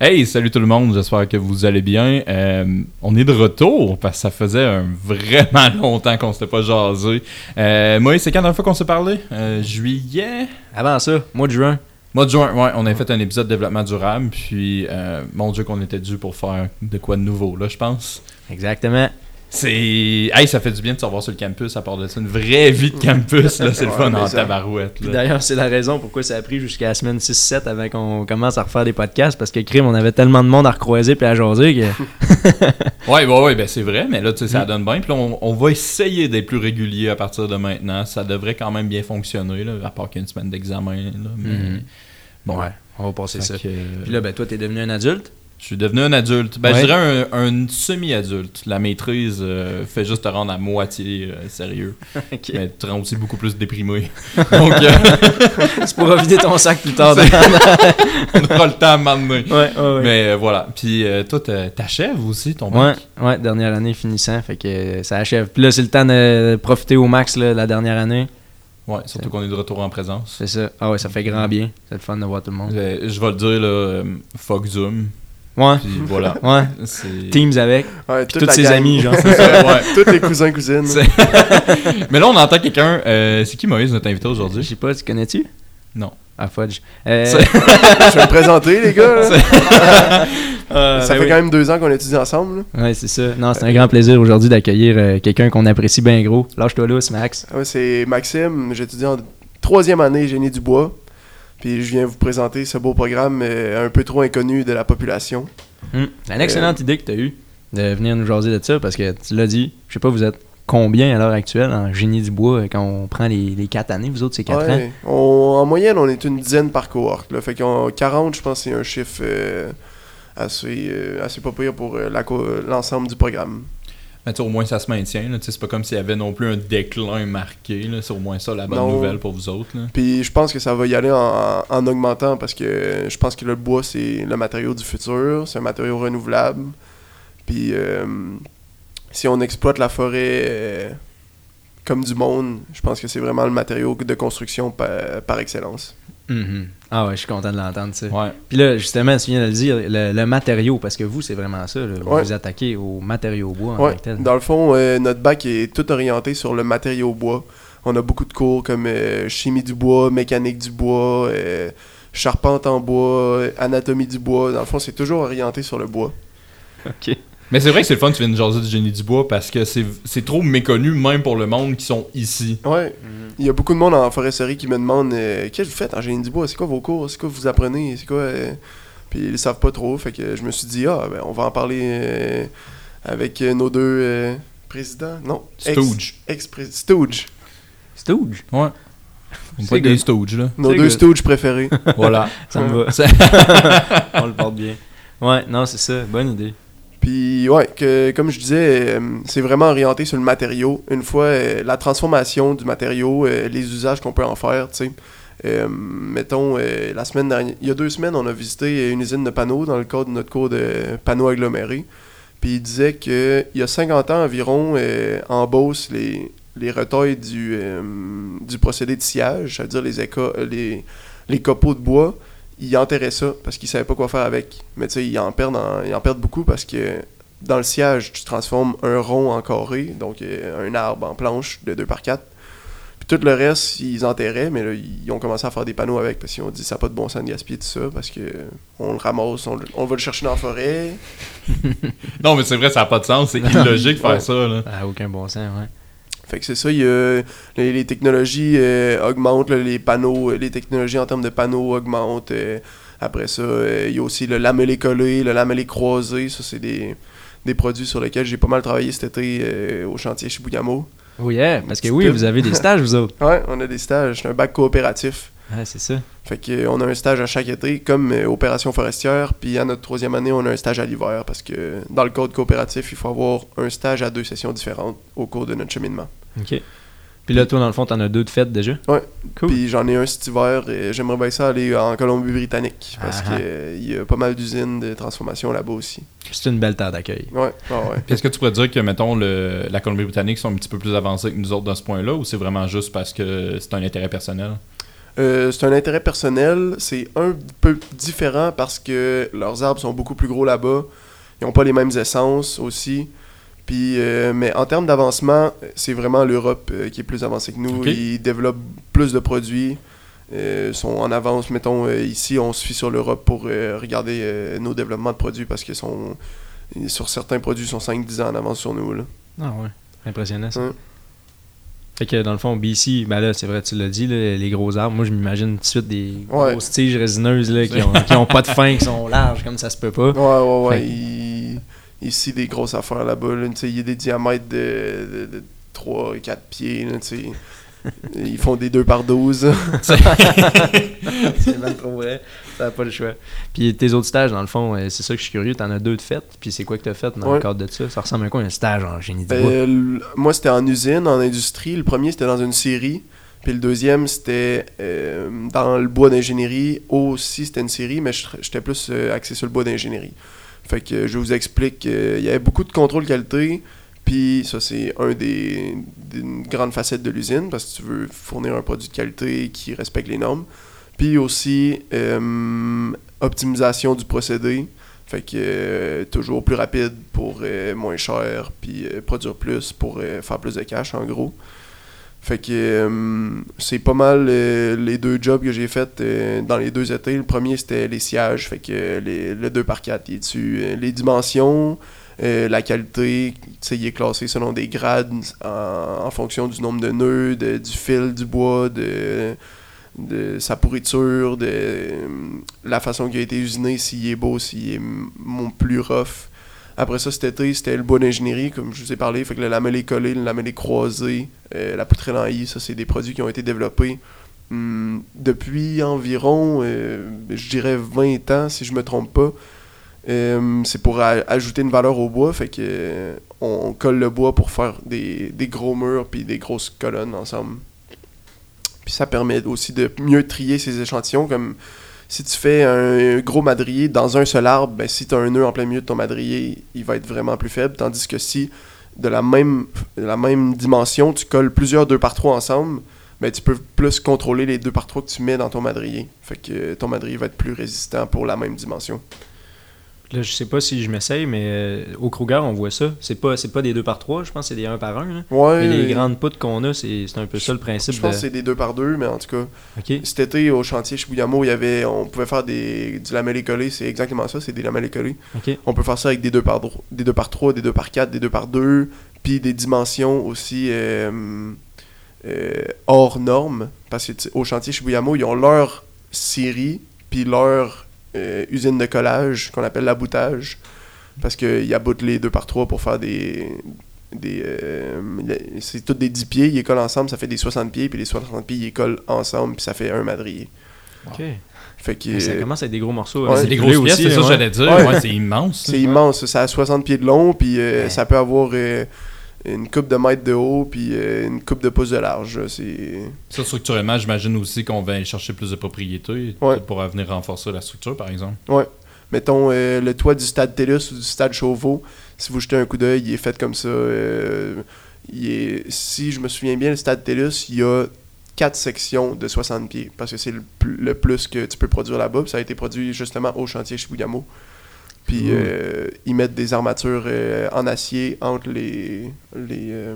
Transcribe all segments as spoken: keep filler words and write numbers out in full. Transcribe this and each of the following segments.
Hey, salut tout le monde, j'espère que vous allez bien. Euh, on est de retour parce que ça faisait un vraiment longtemps qu'on s'était pas jasé. Euh, Moïse, c'est quand la dernière fois qu'on s'est parlé? Euh, juillet? Avant ça, mois de juin. Mois de juin, ouais, on a fait un épisode de développement durable, puis euh, mon Dieu qu'on était dû pour faire de quoi de nouveau, là, je pense. Exactement. C'est... Hey, ça fait du bien de se revoir sur le campus, à part de ça, une vraie vie de campus, là, c'est le fun en tabarouette. Là. D'ailleurs, c'est la raison pourquoi ça a pris jusqu'à la semaine six sept avant qu'on commence à refaire des podcasts, parce que crime, on avait tellement de monde à recroiser puis à jaser que... ouais, ouais, ouais, ben c'est vrai, mais là, tu sais, ça donne bien, puis là, on, on va essayer d'être plus régulier à partir de maintenant, ça devrait quand même bien fonctionner, là, à part qu'il y a une semaine d'examen, là, mais... Mm-hmm. Bon, ouais, on va passer ça. Que... Puis là, ben toi, t'es devenu un adulte? Je suis devenu un adulte. Ben, ouais. je dirais un, un semi-adulte. La maîtrise euh, fait juste te rendre à moitié euh, sérieux. Okay. Mais te rend aussi beaucoup plus déprimé. Donc, euh... tu pourras vider ton sac plus tard. On aura le temps à m'emmener. Ouais, ouais, ouais. Mais euh, voilà. Puis euh, toi, t'achèves aussi ton bac? Ouais, ouais, dernière année finissant. Fait que euh, ça achève. Puis là, c'est le temps de profiter au max là, la dernière année. Ouais, surtout c'est... qu'on est de retour en présence. C'est ça. Ah ouais, ça fait grand bien. C'est le fun de voir tout le monde. Je, je vais le dire, là, euh, fuck Zoom. Ouais. Puis voilà. Ouais. C'est... Teams avec. Ouais, tous ses gang. amis, genre. ouais. Tous les cousins, cousines. Mais là, on entend quelqu'un. Euh, c'est qui Moïse, notre invité aujourd'hui? Je sais pas, tu connais-tu? Non. Ah, fudge. Euh... Je vais me présenter, les gars. euh, ça ben fait oui. quand même deux ans qu'on étudie ensemble. Là. Ouais, c'est ça. Non, c'est un grand plaisir aujourd'hui d'accueillir euh, quelqu'un qu'on apprécie bien gros. Lâche-toi là, c'est Max. Ouais, c'est Maxime. J'étudie en troisième année génie du bois. Puis je viens vous présenter ce beau programme euh, un peu trop inconnu de la population. Hum. C'est une excellente euh... idée que tu as eue de venir nous jaser de ça parce que tu l'as dit, je sais pas, vous êtes combien à l'heure actuelle en génie du bois quand on prend les, les quatre années, vous autres c'est quatre ouais, ans? On, en moyenne, on est une dizaine par cohorte. Là. Fait qu'on quarante, je pense que c'est un chiffre euh, assez, euh, assez pas pire pour euh, la, l'ensemble du programme. Mais au moins ça se maintient, là. C'est pas comme s'il y avait non plus un déclin marqué, là. C'est au moins ça la bonne non. nouvelle pour vous autres. Là. Puis je pense que ça va y aller en, en augmentant parce que je pense que le bois c'est le matériau du futur, c'est un matériau renouvelable. Puis euh, si on exploite la forêt euh, comme du monde, je pense que c'est vraiment le matériau de construction par, par excellence. Mm-hmm. Ah ouais, je suis content de l'entendre, ça. Ouais. Puis là, justement, tu viens de le dire, le, le matériau, parce que vous, c'est vraiment ça, là, vous ouais. vous attaquez au matériau bois en ouais. tant que tel. Dans le fond, euh, notre bac est tout orienté sur le matériau bois. On a beaucoup de cours comme euh, chimie du bois, mécanique du bois, euh, charpente en bois, anatomie du bois. Dans le fond, c'est toujours orienté sur le bois. OK. Mais c'est vrai que c'est le fun que tu viennes de jaser du génie du bois parce que c'est, c'est trop méconnu même pour le monde qui sont ici. Ouais. Mm-hmm. Il y a beaucoup de monde en foresterie qui me demande euh, qu'est-ce que vous faites en génie du bois? C'est quoi vos cours? C'est quoi vous apprenez? C'est quoi? Euh... Puis ils le savent pas trop. Fait que je me suis dit, ah, ben, on va en parler euh, avec nos deux euh, présidents. Non. Stooge. Ex, ex Stooge. Stooge? Ouais. On peut pas des Stooge, là. Nos c'est deux good. Stooge préférés. Voilà. Ça me va. On le porte bien. Ouais, non, c'est ça. Bonne idée. Puis, ouais, que, comme je disais, euh, c'est vraiment orienté sur le matériau. Une fois, euh, la transformation du matériau, euh, les usages qu'on peut en faire, tu sais. Euh, mettons, euh, la semaine dernière, il y a deux semaines, on a visité une usine de panneaux dans le cadre de notre cours de panneaux agglomérés. Puis, il disait qu'il y a cinquante ans environ, euh, en Beauce, les, les retailles du, euh, du procédé de sciage, c'est-à-dire les, éco- les, les copeaux de bois, ils enterraient ça parce qu'ils savaient pas quoi faire avec. Mais tu sais, ils en perdent en, ils en perdent beaucoup parce que dans le sciage, tu transformes un rond en carré, donc euh, un arbre en planche de deux par quatre. Puis tout le reste, ils enterraient, mais là, ils ont commencé à faire des panneaux avec parce qu'ils ont dit ça n'a pas de bon sens de gaspiller tout ça parce que on le ramasse, on, on va le chercher dans la forêt. Non, mais c'est vrai, ça n'a pas de sens. C'est illogique de faire ouais. ça. Là. Ça n'a aucun bon sens, ouais. Fait que c'est ça, il y a, les, les technologies euh, augmentent, là, les panneaux, les technologies en termes de panneaux augmentent. Euh, après ça, euh, il y a aussi le lamellé collé, le lamellé croisé. Ça, c'est des, des produits sur lesquels j'ai pas mal travaillé cet été euh, au chantier Chibougamau. Oui, yeah, parce que oui, vous avez des stages, vous autres. Ouais, on a des stages. C'est un bac coopératif. Ouais, c'est ça. Fait que, on a un stage à chaque été, comme euh, opération forestière. Puis à notre troisième année, on a un stage à l'hiver parce que dans le code coopératif, il faut avoir un stage à deux sessions différentes au cours de notre cheminement. OK. Puis là, toi, dans le fond, t'en as deux de fêtes déjà? Ouais. Cool. Puis j'en ai un cet hiver et j'aimerais bien ça aller en Colombie-Britannique parce Ah, qu'il euh, y a pas mal d'usines de transformation là-bas aussi. C'est une belle terre d'accueil. Ouais, ah ouais. Puis est-ce que tu pourrais dire que, mettons, le, la Colombie-Britannique sont un petit peu plus avancés que nous autres dans ce point-là ou c'est vraiment juste parce que c'est un intérêt personnel? Euh, c'est un intérêt personnel. C'est un peu différent parce que leurs arbres sont beaucoup plus gros là-bas. Ils n'ont pas les mêmes essences aussi. Puis, euh, mais en termes d'avancement, c'est vraiment l'Europe euh, qui est plus avancée que nous. Okay. Ils développent plus de produits. Euh, sont en avance. Mettons, euh, ici, on se fie sur l'Europe pour euh, regarder euh, nos développements de produits parce que sont, sur certains produits, ils sont cinq dix ans en avance sur nous. Là. Ah ouais, impressionnant ça. Hein? Fait que dans le fond, B C, ben là, c'est vrai, tu l'as dit, là, les gros arbres. Moi, je m'imagine tout de suite des Ouais. grosses tiges résineuses là, qui, ont, qui ont pas de fin, qui sont larges, comme ça se peut pas. Ouais, ouais, ouais. Fait- Il- Ici, des grosses affaires là-bas. Là, il y a des diamètres de, de, de trois quatre pieds. Là, ils font des deux par douze. C'est même trop vrai. Ça n'a pas le choix. Puis tes autres stages, dans le fond, euh, c'est ça que je suis curieux. T'en as deux de fait. Puis c'est quoi que t'as fait dans Ouais. le cadre de ça? Ça ressemble à quoi un stage en génie du bois? Euh, l- moi, c'était en usine, en industrie. Le premier, c'était dans une série. Puis le deuxième, c'était euh, dans le bois d'ingénierie. Aussi, c'était une série, mais je- j'étais plus euh, axé sur le bois d'ingénierie. Fait que euh, je vous explique. euh, Il y avait beaucoup de contrôle qualité. Puis ça, c'est un des, des une grande facette de l'usine parce que tu veux fournir un produit de qualité qui respecte les normes. Puis aussi, euh, optimisation du procédé. Fait que euh, toujours plus rapide pour euh, moins cher, puis euh, produire plus pour euh, faire plus de cash en gros. Fait que euh, c'est pas mal euh, les deux jobs que j'ai fait euh, dans les deux étés. Le premier c'était les sièges, fait que euh, les, le deux par quatre il est dessus. Euh, les dimensions, euh, la qualité, tu sais, il est classé selon des grades en, en fonction du nombre de nœuds, de, du fil, du bois, de, de sa pourriture, de euh, la façon qu'il a été usiné, s'il est beau, s'il est mon plus rough. Après ça, cet été, c'était le bois d'ingénierie, comme je vous ai parlé. Fait que le lamellé collé, le lamellé croisé, euh, la poutrelle en I, ça, c'est des produits qui ont été développés hum, depuis environ, euh, je dirais, vingt ans, si je me trompe pas. Euh, c'est pour a- ajouter une valeur au bois. Fait que euh, on, on colle le bois pour faire des, des gros murs puis des grosses colonnes ensemble. Puis ça permet aussi de mieux trier ces échantillons, comme si tu fais un gros madrier dans un seul arbre, ben si tu as un nœud en plein milieu de ton madrier, il va être vraiment plus faible. Tandis que si de la même, de la même dimension, tu colles plusieurs deux par trois ensemble, ben tu peux plus contrôler les deux par trois que tu mets dans ton madrier. Fait que ton madrier va être plus résistant pour la même dimension. Là, je sais pas si je m'essaye, mais euh, au Kruger, on voit ça. C'est pas, c'est pas des deux par trois, je pense que c'est des un par un. Là. Ouais, Mais les grandes poutres qu'on a, c'est, c'est un peu ça le principe. je pense de... que c'est des deux par deux, mais en tout cas, OK. cet été au chantier Shibuyamo, il y avait, on pouvait faire des, du lamellé collé, c'est exactement ça, c'est des lamellés collés. OK. On peut faire ça avec des deux par dro- des deux par trois, des deux par quatre, des deux par deux, puis des dimensions aussi euh, euh, hors normes. Parce que t- au chantier Shibuyamo, ils ont leur série, puis leur euh, usine de collage qu'on appelle l'aboutage. Parce qu'ils aboutent les deux par trois pour faire des. des euh, c'est tous des dix pieds, ils les collent ensemble, ça fait des soixante pieds, puis les soixante pieds, ils les collent ensemble, puis ça fait un madrier. OK. Fait que, Mais ça commence à être des gros morceaux. Ouais, hein. C'est des Coulé grosses pièces, aussi, c'est ça que ouais. j'allais dire. Ouais. Ouais, c'est immense. c'est immense, ça a soixante pieds de long, puis euh, Ouais. ça peut avoir euh, une coupe de mètre de haut, puis euh, une coupe de pouce de large. là, C'est... Ça, structurellement, j'imagine aussi qu'on va aller chercher plus de propriétés Ouais. pour venir renforcer la structure, par exemple. Ouais. Mettons, euh, le toit du stade Tellus ou du stade Chauveau, si vous jetez un coup d'œil, il est fait comme ça. euh, il est, si je me souviens bien, le stade Tellus, il y a quatre sections de soixante pieds, parce que c'est le, plus- le plus que tu peux produire là-bas. Puis ça a été produit justement au chantier Shibuyamo. Puis Mmh. euh, ils mettent des armatures euh, en acier entre les, les, euh,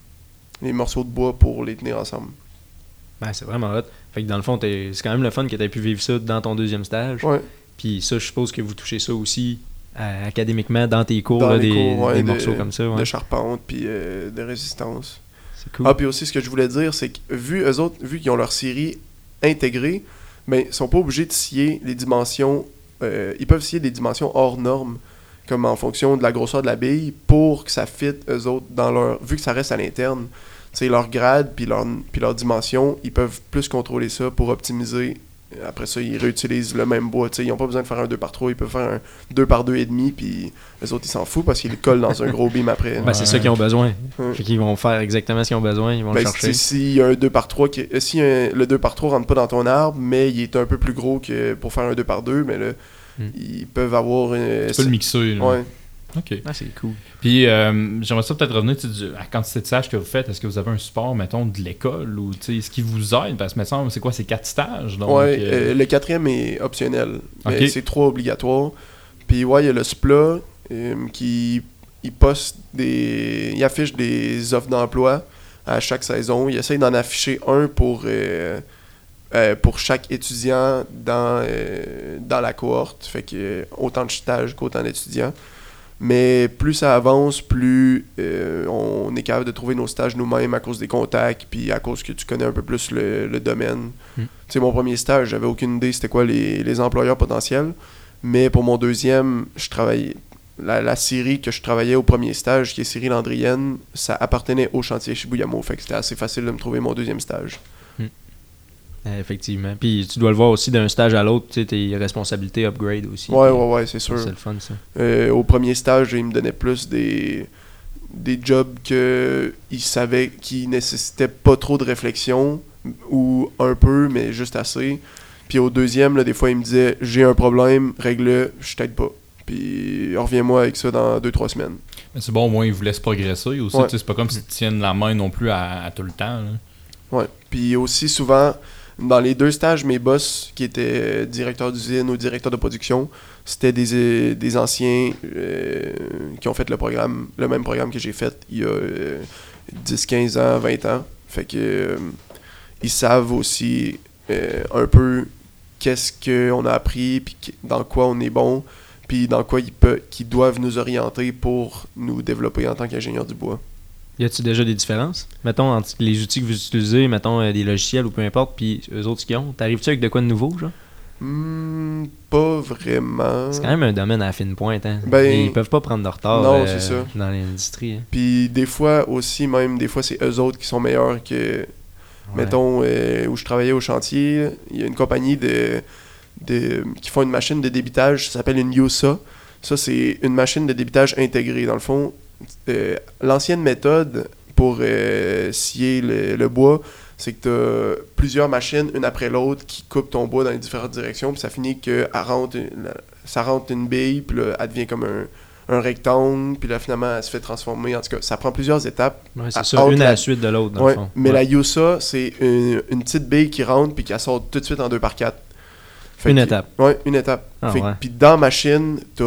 les morceaux de bois pour les tenir ensemble. Ben, c'est vraiment hot. Fait que dans le fond, t'es- c'est quand même le fun que tu aies pu vivre ça dans ton deuxième stage. Ouais. Puis ça, je suppose que vous touchez ça aussi euh, académiquement dans tes cours, Dans là, les des, cours, ouais, des de- morceaux comme ça. Ouais. De charpente, puis euh, de résistance. C'est cool. Ah, puis aussi, ce que je voulais dire, c'est que vu eux autres, vu qu'ils ont leur série intégrée, ben, ils sont pas obligés de scier les dimensions. Euh, ils peuvent scier des dimensions hors normes, comme en fonction de la grosseur de la bille, pour que ça fitte eux autres dans leur. Vu que ça reste à l'interne, tu sais, leur grade puis leur, puis leur dimension, ils peuvent plus contrôler ça pour optimiser. Après ça, ils réutilisent le même bois. Tu sais, ils n'ont pas besoin de faire un deux par trois, ils peuvent faire un deux par deux et demi, puis eux autres, ils s'en foutent parce qu'ils le collent dans un gros beam après. Ben, c'est ça qu'ils ont besoin. Ouais. Fait qu'ils vont faire exactement ce qu'ils ont besoin, ils vont Ben, le tu chercher. sais, s'il y a un deux par trois, qui, euh, si un- le deux par trois rentre pas dans ton arbre, mais il est un peu plus gros que pour faire un deux par deux, mais là, Hmm. ils peuvent avoir. Une, Tu peux le mixer. là. Ouais. OK. Ah, c'est cool. Puis, euh, j'aimerais ça peut-être revenir tu sais, du- à la quantité de stages que vous faites. Est-ce que vous avez un support, mettons, de l'école ou tu sais, est-ce qui vous aide? Parce que, me semble, c'est quoi, c'est quatre stages? Donc, ouais, euh, euh, le quatrième est optionnel, mais Ok. c'est trois obligatoires. Puis ouais, il y a le S P L A euh, qui il poste des. Il affiche des offres d'emploi à chaque saison. Il essaye d'en afficher un pour, euh, euh, pour chaque étudiant dans, euh, dans la cohorte. Fait que euh, autant de stages qu'autant d'étudiants. Mais plus ça avance, plus euh, on est capable de trouver nos stages nous-mêmes à cause des contacts, puis à cause que tu connais un peu plus le, le domaine. Mm. Tu sais, mon premier stage, j'avais aucune idée c'était quoi les, les employeurs potentiels. Mais pour mon deuxième, je travaillais. La, la série que je travaillais au premier stage, qui est Cyril Landrienne, ça appartenait au chantier Chibougamau. Fait que c'était assez facile de me trouver mon deuxième stage. Euh, effectivement. Puis tu dois le voir aussi d'un stage à l'autre, tu sais, tes responsabilités upgrade aussi. Ouais, Puis, ouais, ouais, c'est sûr. c'est le fun, ça. Euh, au premier stage, il me donnait plus des, des jobs que il savait qui nécessitaient pas trop de réflexion, ou un peu, mais juste assez. Puis au deuxième, là, des fois, il me disait « J'ai un problème, règle-le, je t'aide pas. » Puis reviens-moi avec ça dans deux trois semaines. mais c'est bon, au moins, ils vous laissent progresser aussi. Ouais. Tu sais, c'est pas comme s'ils te tiennent la main non plus à, à tout le temps. Là. Ouais. Puis aussi, souvent, dans les deux stages, mes boss, qui étaient directeurs d'usine ou directeurs de production, c'était des, euh, des anciens euh, qui ont fait le programme, le même programme que j'ai fait il y a euh, dix, quinze ans, vingt ans. Fait que euh, ils savent aussi euh, un peu qu'est-ce qu'on a appris, puis qu- dans quoi on est bon, puis dans quoi ils, pe- qu'ils doivent nous orienter pour nous développer en tant qu'ingénieur du bois. Y a-tu déjà des différences? Mettons, entre les outils que vous utilisez, mettons, euh, des logiciels ou peu importe, puis eux autres qui ont, t'arrives-tu avec de quoi de nouveau, genre? Hmm, pas vraiment. C'est quand même un domaine à la fine pointe, hein? Ben, Ils peuvent pas prendre de retard non, euh, c'est ça. dans l'industrie. Hein. Puis des fois aussi, même, des fois, c'est eux autres qui sont meilleurs que, Ouais. mettons, euh, où je travaillais au chantier, il y a une compagnie de, de qui font une machine de débitage, ça s'appelle une Yusa. Ça, c'est une machine de débitage intégrée. Dans le fond, euh, l'ancienne méthode pour euh, scier le, le bois, c'est que tu as plusieurs machines, une après l'autre, qui coupent ton bois dans les différentes directions, puis ça finit que elle rentre, la- ça rentre une bille, puis là, elle devient comme un, un rectangle, puis là, finalement, elle se fait transformer. En tout cas, ça prend plusieurs étapes. Ouais, c'est à- ça, entre une à la- la suite de l'autre, dans Ouais, le fond. mais Ouais. la Yusa, c'est une, une petite bille qui rentre, puis qui sort tout de suite en deux par quatre. Fait Une que- étape. Ouais, une étape. Ah, Fait que- ouais. Puis dans la machine, tu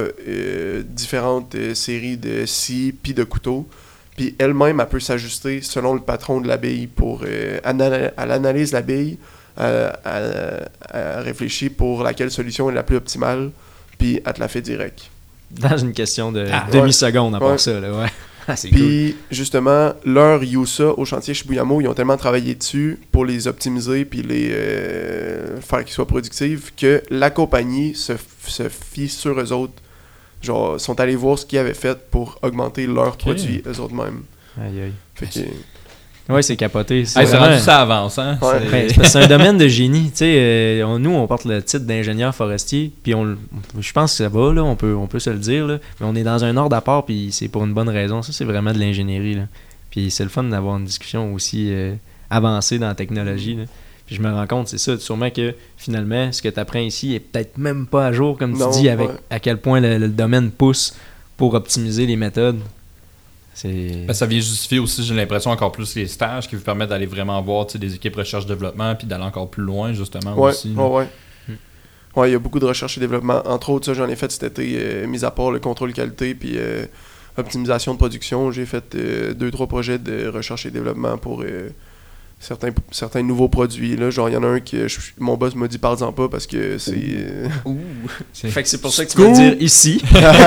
as différentes euh, séries de scies puis de couteaux. Puis elle-même, elle peut s'ajuster selon le patron de la bille pour... Euh, anal- elle analyse la bille, elle, elle- elle réfléchit pour laquelle solution est la plus optimale, puis elle te la fait direct. Dans une question de Ah, demi-seconde à part ouais. ça, là, ouais. Ah, c'est cool. Puis justement, leur Yusa au chantier Chibougamau, ils ont tellement travaillé dessus pour les optimiser puis les euh, faire qu'ils soient productifs que la compagnie se, se fie sur eux autres. Genre, sont allés voir ce qu'ils avaient fait pour augmenter leurs produits eux autres mêmes. Aïe, aïe. Fait que, Ouais, c'est capoté. C'est Hey, c'est vraiment- rendu ça avance, hein? Ouais. C'est- Ben, c'est parce que c'est un domaine de génie. Tu sais, euh, on- nous, on porte le titre d'ingénieur forestier, puis on, le- je pense que ça va, là, on peut, on peut se le dire, là, mais on est dans un ordre à part, puis c'est pour une bonne raison. Ça, c'est vraiment de l'ingénierie. Là. Puis c'est le fun d'avoir une discussion aussi euh, avancée dans la technologie. Là. Puis je me rends compte, c'est ça, sûrement que finalement, ce que tu apprends ici est peut-être même pas à jour, comme tu Non, dis, avec ouais. à quel point le, le domaine pousse pour optimiser les méthodes. C'est... Ben, ça vient justifier aussi, j'ai l'impression, encore plus les stages qui vous permettent d'aller vraiment voir tu sais, des équipes recherche-développement puis d'aller encore plus loin, justement, ouais, aussi. ouais, ouais. Hmm. Ouais, il y a beaucoup de recherche et développement. Entre autres, ça, j'en ai fait cet été, euh, mis à part le contrôle qualité puis euh, optimisation de production. J'ai fait euh, deux, trois projets de recherche et développement pour euh, certains, certains nouveaux produits. Là. Genre, il y en a un que je- mon boss m'a dit parle-en pas parce que c'est. euh, C'est- Fait que c'est pour ça que tu Scoop! vas le dire ici.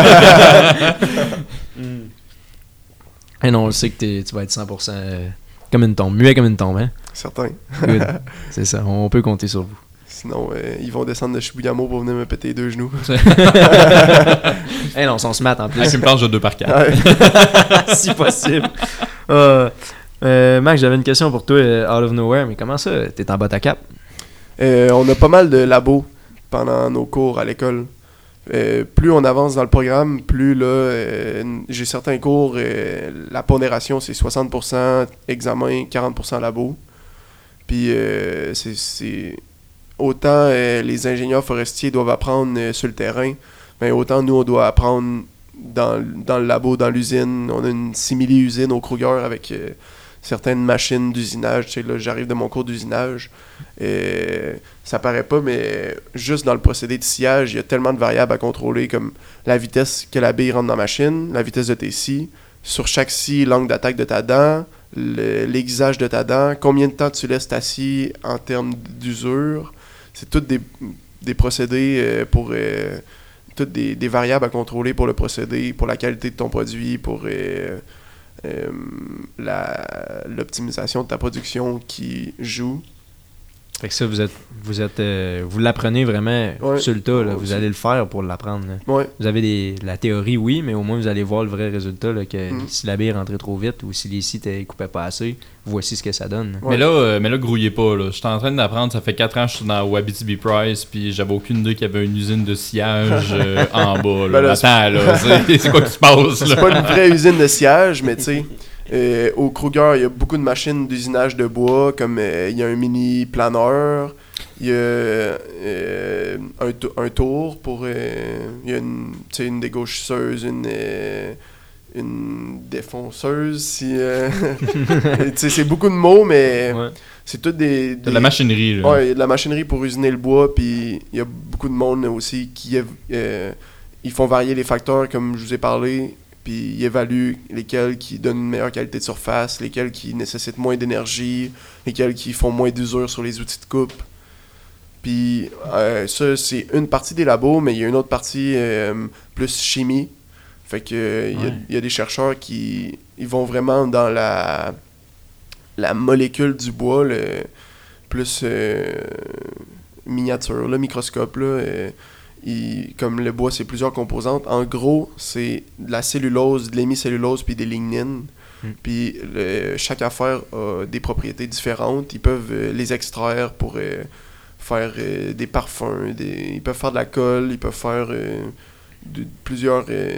Et non, on le sait que t'es- tu vas être cent pour cent euh, comme une tombe, muet comme une tombe, hein? Certains. Good. C'est ça, on peut compter sur vous. Sinon, euh, ils vont descendre de Chibougamau pour venir me péter les deux genoux. Eh non, on se mat en Avec plus. une planche de deux par quatre. Ouais. Si possible. Euh, euh, Max, j'avais une question pour toi, euh, out of nowhere, mais comment ça, t'es en bas à cap? Euh, on a pas mal de labos pendant nos cours à l'école. Euh, plus on avance dans le programme, plus là, euh, j'ai certains cours, euh, la pondération c'est soixante pour cent examen, quarante pour cent labo. Puis euh, c'est, c'est autant euh, les ingénieurs forestiers doivent apprendre euh, sur le terrain, mais autant nous on doit apprendre dans, dans le labo, dans l'usine. On a une simili-usine au Kruger avec euh, certaines machines d'usinage. Tu sais, là, j'arrive de mon cours d'usinage. Et ça paraît pas, mais juste dans le procédé de sciage, il y a tellement de variables à contrôler, comme la vitesse que la bille rentre dans la machine, la vitesse de tes scies, sur chaque scie, l'angle d'attaque de ta dent, le, l'aiguisage de ta dent, combien de temps tu laisses ta scie en termes d'usure. C'est toutes des, des procédés euh, pour... Euh, toutes des, des variables à contrôler pour le procédé, pour la qualité de ton produit, pour euh, euh, la, l'optimisation de ta production qui joue. Fait que ça, vous êtes, vous êtes, euh, vous l'apprenez vraiment ouais. sur le tas, là. Ouais, vous aussi. allez le faire pour l'apprendre. Là. Ouais. Vous avez des, la théorie, oui, mais au moins vous allez voir le vrai résultat, là, que Mm. si la bille rentrait trop vite ou si les scies ne coupaient pas assez, voici ce que ça donne. Ouais. Mais là, euh, mais là, grouillez pas, là. Je suis en train d'apprendre, ça fait quatre ans que je suis dans Wabitibi Price, puis j'avais aucune idée qu'il y avait une usine de sciage euh, en bas, là. Ben là, Attends, là, c'est, c'est quoi qui se passe, là? C'est pas une vraie usine de sciage, mais tu sais, euh, au Kruger, il y a beaucoup de machines d'usinage de bois, comme euh, il y a un mini planeur, il y a euh, un, to- un tour pour... euh, il y a une, tu sais, une dégauchisseuse, une, euh, une défonceuse, si... euh, tu sais, c'est beaucoup de mots, mais Ouais. c'est tout des... De des- la machinerie, là. Ouais, il y a de la machinerie pour usiner le bois, puis il y a beaucoup de monde aussi qui euh, ils font varier les facteurs, comme je vous ai parlé, puis ils évaluent lesquels qui donnent une meilleure qualité de surface, lesquels qui nécessitent moins d'énergie, lesquels qui font moins d'usure sur les outils de coupe. Puis euh, ça, c'est une partie des labos, mais il y a une autre partie euh, plus chimie. Fait que euh, il y a- Ouais. il y, a des chercheurs qui ils vont vraiment dans la, la molécule du bois, le, plus euh, miniature, le microscope. Là, euh, il- comme le bois, c'est plusieurs composantes. En gros, c'est de la cellulose, de l'hémicellulose puis des lignines. Mm. Puis le- chaque affaire a des propriétés différentes. Ils peuvent euh, les extraire pour euh, faire euh, des parfums. Des, ils peuvent faire de la colle, ils peuvent faire euh, de- plusieurs... euh,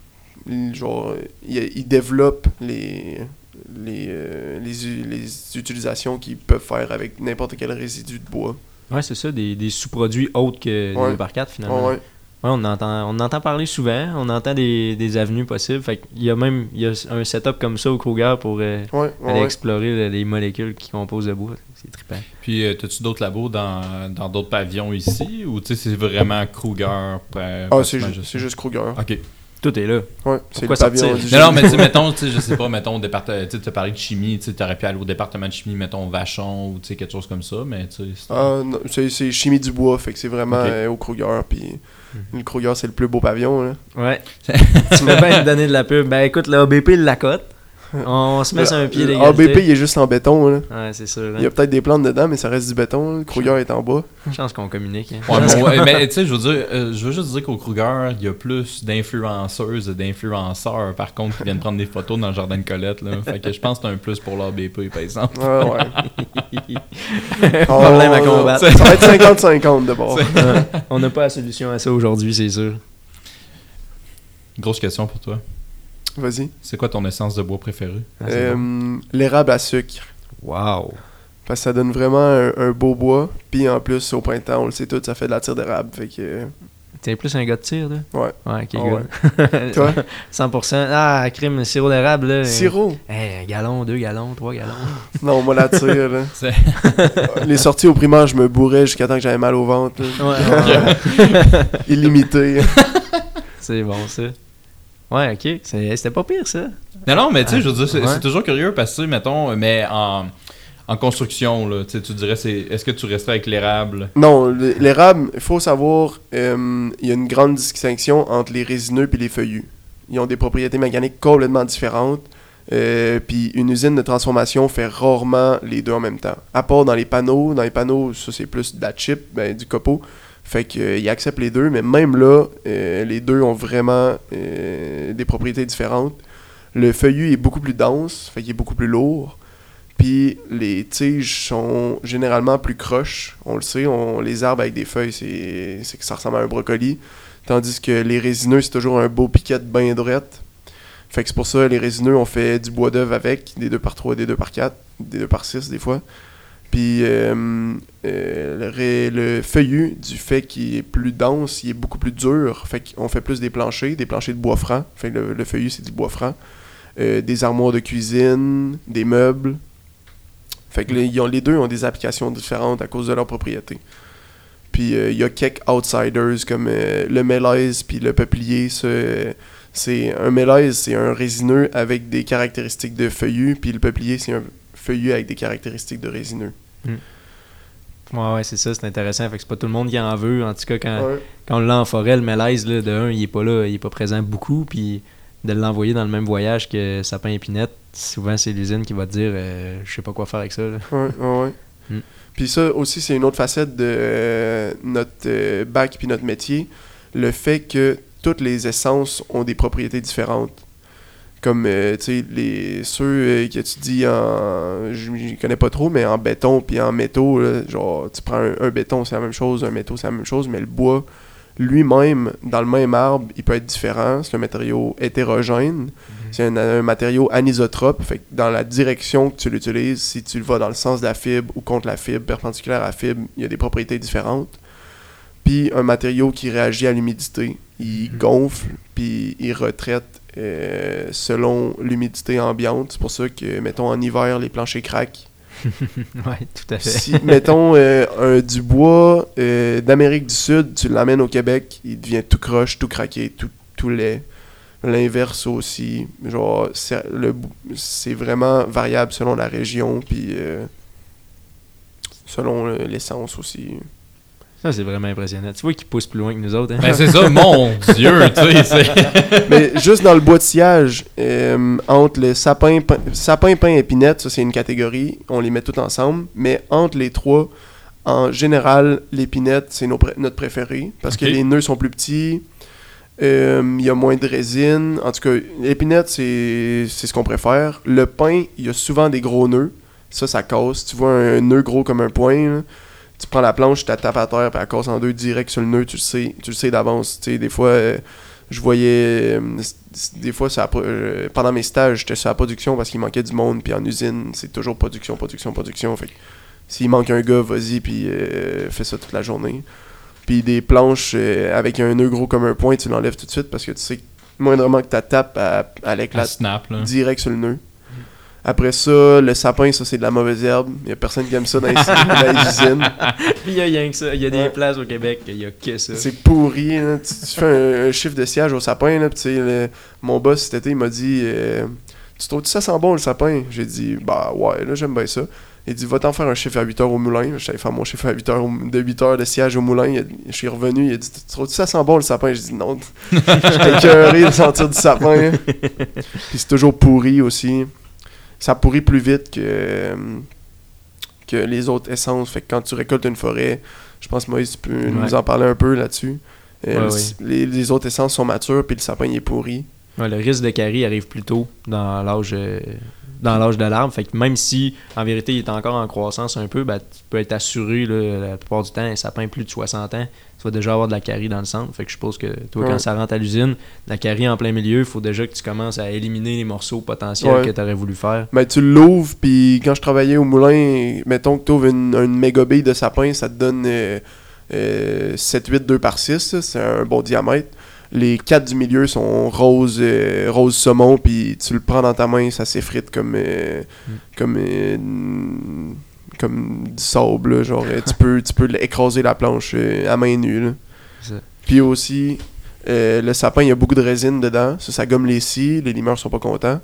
genre, euh, ils, ils développent les, les, euh, les, u- les utilisations qu'ils peuvent faire avec n'importe quel résidu de bois. Ouais, c'est ça, des, des sous-produits autres que des Ouais. deux par quatre finalement. Ouais, Ouais, ouais. on, entend, on entend parler souvent, on entend des, des avenues possibles. Fait qu'il y a même il y a un setup comme ça au Kruger pour euh, Ouais, ouais, aller ouais. explorer les molécules qui composent le bois. C'est trippant. Puis, euh, t'as-tu d'autres labos dans, dans d'autres pavillons ici, ou tu sais, c'est vraiment Kruger? euh, Ah, c'est, pratiquement ju- c'est juste Kruger. Ok. Tout est là. Ouais, c'est Pourquoi le pavillon sortir? du Non, non, génie. mais tu sais, mettons, tu sais, je sais pas, mettons, au département, tu sais, t'as parlé de chimie, tu sais, t'aurais pu aller au département de chimie, mettons, Vachon, ou tu sais, quelque chose comme ça, mais tu sais, c'est- Ah, non, c'est, c'est chimie du bois, fait que c'est vraiment Ok. euh, au Kruger. Puis Mhm. le Kruger, c'est le plus beau pavillon. Là. Ouais. Tu veux bien me donner de la pub. Ben écoute, le A B P, il la cote. On se met sur un pied Le d'égalité. A B P, il est juste en béton. Là. Ouais, c'est sûr. Il y a Hein. peut-être des plantes dedans, mais ça reste du béton. là. Le Kruger est en bas. Chance qu'on communique. Hein. Ouais, mais, ouais, mais tu sais, je veux dire, euh, je veux juste dire qu'au Kruger, il y a plus d'influenceuses et d'influenceurs, par contre, qui viennent prendre des photos dans le jardin de Colette, là. Fait que je pense que c'est un plus pour l'A B P, par exemple. Ouais, ouais. Problème à Oh, combattre. Ça va être cinquante cinquante de bord. Ouais. On n'a pas la solution à ça aujourd'hui, c'est sûr. Grosse question pour toi. Vas-y. C'est quoi ton essence de bois préférée? Ah, c'est bon. Euh, l'érable à sucre. Wow. Parce que ça donne vraiment un, un beau bois. Puis en plus, au printemps, on le sait tout, ça fait de la tire d'érable. Fait que. euh, T'es plus un gars de tir, là? Ouais. Ouais, ok, Ah good. Toi? cent pour cent. Ah, crime, sirop d'érable, là. Sirop? Eh, un gallon, deux gallons, trois gallons. Non, moi la tire, là. C'est- Les sorties au primaire, je me bourrais jusqu'à temps que j'avais mal au ventre. là. Ouais, Illimité. c'est bon, ça. Ouais, ok. C'est- C'était pas pire, ça. Non, non, mais tu sais, je veux dire, c'est, Ouais. c'est toujours curieux parce que, tu sais, mettons, mais en, en construction, là, tu sais, tu dirais, c'est, est-ce que tu resterais avec l'érable? Non, l- l'érable, il faut savoir, euh, il y a une grande distinction entre les résineux et les feuillus. Ils ont des propriétés mécaniques complètement différentes. Euh, puis une usine de transformation fait rarement les deux en même temps. À part dans les panneaux. Dans les panneaux, ça c'est plus de la chip, ben, du copeau. Fait qu'ils acceptent les deux, mais même là, euh, les deux ont vraiment euh, des propriétés différentes. Le feuillu est beaucoup plus dense, fait qu'il est beaucoup plus lourd. Puis les tiges sont généralement plus croches. On le sait, on les arbres avec des feuilles, c'est, c'est que ça ressemble à un brocoli. Tandis que les résineux, c'est toujours un beau piquet de bain droite. Fait que c'est pour ça, les résineux, on fait du bois d'œuvre avec, des deux par trois, des deux par quatre, des deux par six des fois. Puis euh, euh, le, ré- le feuillu, du fait qu'il est plus dense, il est beaucoup plus dur. Fait qu'on fait plus des planchers, des planchers de bois franc. Fait que le, le feuillu, c'est du bois franc. Euh, des armoires de cuisine, des meubles. Fait que les, ils ont, les deux ont des applications différentes à cause de leurs propriétés. Puis il euh, y a quelques outsiders comme euh, le mélèze puis le peuplier. Ça, euh, c'est, un mélèze, c'est un résineux avec des caractéristiques de feuillu. Puis le peuplier, c'est un feuillu avec des caractéristiques de résineux. Mm. Ouais, ouais, c'est ça, c'est intéressant. Fait que c'est pas tout le monde qui en veut. En tout cas, quand, Ouais. quand on l'a en forêt, le mélèze, là, de un, il est pas là, il est pas présent beaucoup. Puis de l'envoyer dans le même voyage que sapin épinette, souvent c'est l'usine qui va te dire euh, je sais pas quoi faire avec ça. Là. Ouais, ouais, ouais. Mm. Puis ça aussi, c'est une autre facette de euh, notre euh, bac puis notre métier. Le fait que toutes les essences ont des propriétés différentes. Comme, euh, tu sais, les, ceux euh, que tu dis en... Je ne connais pas trop, mais en béton puis en métaux, là, genre, tu prends un, un béton, c'est la même chose, un métaux, c'est la même chose, mais le bois, lui-même, dans le même arbre, il peut être différent. C'est un matériau hétérogène. Mm-hmm. C'est un, un matériau anisotrope. Fait que dans la direction que tu l'utilises, si tu le vas dans le sens de la fibre ou contre la fibre, perpendiculaire à la fibre, il y a des propriétés différentes. Puis un matériau qui réagit à l'humidité. Il mm-hmm. gonfle, puis il retraite euh, selon l'humidité ambiante. C'est pour ça que, mettons, en hiver, les planchers craquent. Ouais, tout à fait. Si, mettons, euh, un, du bois euh, d'Amérique du Sud, tu l'amènes au Québec, il devient tout croche, tout craqué, tout, tout laid. L'inverse aussi. Genre, c'est, le, c'est vraiment variable selon la région, puis euh, selon euh, l'essence aussi. Ça, c'est vraiment impressionnant. Tu vois qu'ils poussent plus loin que nous autres. Hein? Ben, c'est ça, mon Dieu, tu sais. C'est... Mais juste dans le bois de sciage, euh, entre le sapin, pin, sapin, pin, épinette, ça c'est une catégorie, on les met tous ensemble, mais entre les trois, en général, l'épinette, c'est nos, notre préféré, parce okay. que les nœuds sont plus petits, il euh, y a moins de résine. En tout cas, l'épinette, c'est, c'est ce qu'on préfère. Le pin, il y a souvent des gros nœuds, ça, ça casse. Tu vois un nœud gros comme un poing, là. Tu prends la planche, tu la tapes à terre, puis elle casse en deux direct sur le nœud, tu le sais, tu le sais d'avance. Tu sais, des fois, euh, je voyais... Euh, des fois, ça, euh, pendant mes stages, j'étais sur la production parce qu'il manquait du monde, puis en usine, c'est toujours production, production, production. Fait que s'il manque un gars, vas-y, puis euh, fais ça toute la journée. Puis des planches euh, avec un nœud gros comme un poing, tu l'enlèves tout de suite parce que tu sais, moindrement que tu tapes, elle, elle éclate snap, là. Direct sur le nœud. Après ça, le sapin, ça c'est de la mauvaise herbe. Il n'y a personne qui aime ça dans les, dans les usines. Il y a rien que ça. Il y a des ouais. places au Québec, il n'y a que ça. C'est pourri. Là. Tu, tu fais un, un chiffre de siège au sapin. Là, pis le, mon boss cet été, il m'a dit euh, tu trouves que ça sent bon le sapin? J'ai dit bah ouais, là j'aime bien ça. Il dit va t'en faire un chiffre à huit heures au moulin. J'allais faire mon chiffre à huit heures de huit heures de siège au moulin. Il a, je suis revenu, il a dit tu trouves que ça sent bon le sapin? J'ai dit non. J'étais écœuré de sentir du sapin. Puis c'est toujours pourri aussi. Ça pourrit plus vite que, euh, que les autres essences. Fait que quand tu récoltes une forêt, je pense que Moïse, tu peux ouais. nous en parler un peu là-dessus. Euh, ouais, le, ouais. Les, les autres essences sont matures, puis le sapin il est pourri. Ouais, le risque de carie arrive plus tôt dans l'âge, euh, dans l'âge de l'arbre. Fait que même si, en vérité, il est encore en croissance un peu, ben, tu peux être assuré là, la plupart du temps, un sapin plus de soixante ans, tu vas déjà avoir de la carie dans le centre. Fait que je suppose que toi, ouais. quand ça rentre à l'usine, la carie en plein milieu, il faut déjà que tu commences à éliminer les morceaux potentiels ouais. que tu aurais voulu faire. Ben, tu l'ouvres, puis quand je travaillais au moulin, mettons que tu ouvres une, une méga bille de sapin, ça te donne euh, euh, sept huit deux par six, ça, c'est un bon diamètre. Les quatre du milieu sont rose, euh, rose saumon, puis tu le prends dans ta main, ça s'effrite comme, euh, mm. comme, euh, comme du sable. Là, genre, tu peux, tu peux écraser la planche euh, à main nue. Puis aussi, euh, le sapin, il y a beaucoup de résine dedans. Ça, ça gomme les scies. Les limeurs sont pas contents.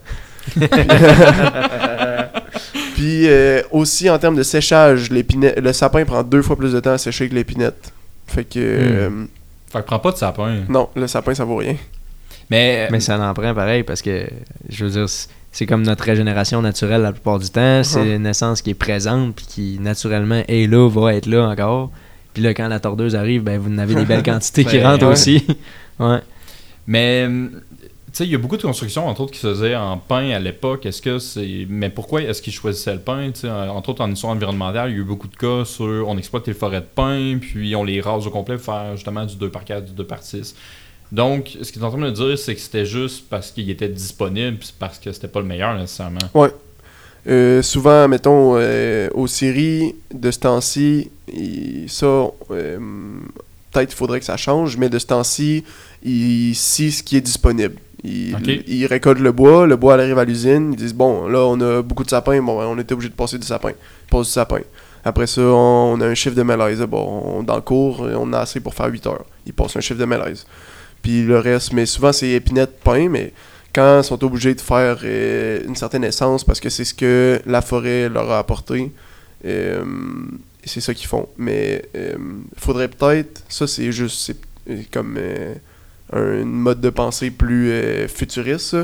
Puis euh, aussi, en termes de séchage, le sapin prend deux fois plus de temps à sécher que l'épinette. Fait que... Mm. Euh, Fait que prends pas de sapin. Non, le sapin, ça vaut rien. Mais, mais ça en prend pareil parce que, je veux dire, c'est comme notre régénération naturelle la plupart du temps. Uh-huh. C'est une essence qui est présente puis qui, naturellement, est là, va être là encore. Puis là, quand la tordeuse arrive, ben vous en avez des belles quantités qui ben, rentrent ouais. aussi. Ouais. Mais, tu sais, il y a beaucoup de constructions, entre autres, qui se faisaient en pin à l'époque. Est-ce que c'est... Mais pourquoi est-ce qu'ils choisissaient le pin? T'sais, entre autres, en histoire environnementale, il y a eu beaucoup de cas sur on exploite les forêts de pin, puis on les rase au complet pour faire justement du deux par quatre, du deux par six. Donc, ce qu'ils sont en train de dire, c'est que c'était juste parce qu'il était disponible, puis parce que c'était pas le meilleur, nécessairement. Ouais. Euh, souvent, mettons, euh, aux séries de ce temps-ci, il- ça, euh, peut-être qu'il faudrait que ça change, mais de ce temps-ci, ils scient ce qui est disponible. Ils, Ok. ils récoltent le bois, le bois arrive à l'usine, ils disent bon, là, on a beaucoup de sapins, bon, on était obligé de passer du sapin. Ils passent du sapin. Après ça, on, on a un chiffre de mélèze. Bon, on- dans le cours, on a assez pour faire huit heures. Ils passent un chiffre de mélèze. Puis le reste, mais souvent, c'est épinette, pain, mais quand ils sont obligés de faire euh, une certaine essence parce que c'est ce que la forêt leur a apporté, euh, c'est ça qu'ils font. Mais il faudrait peut-être, ça c'est juste c'est, euh, comme euh, un mode de pensée plus euh, futuriste, ça.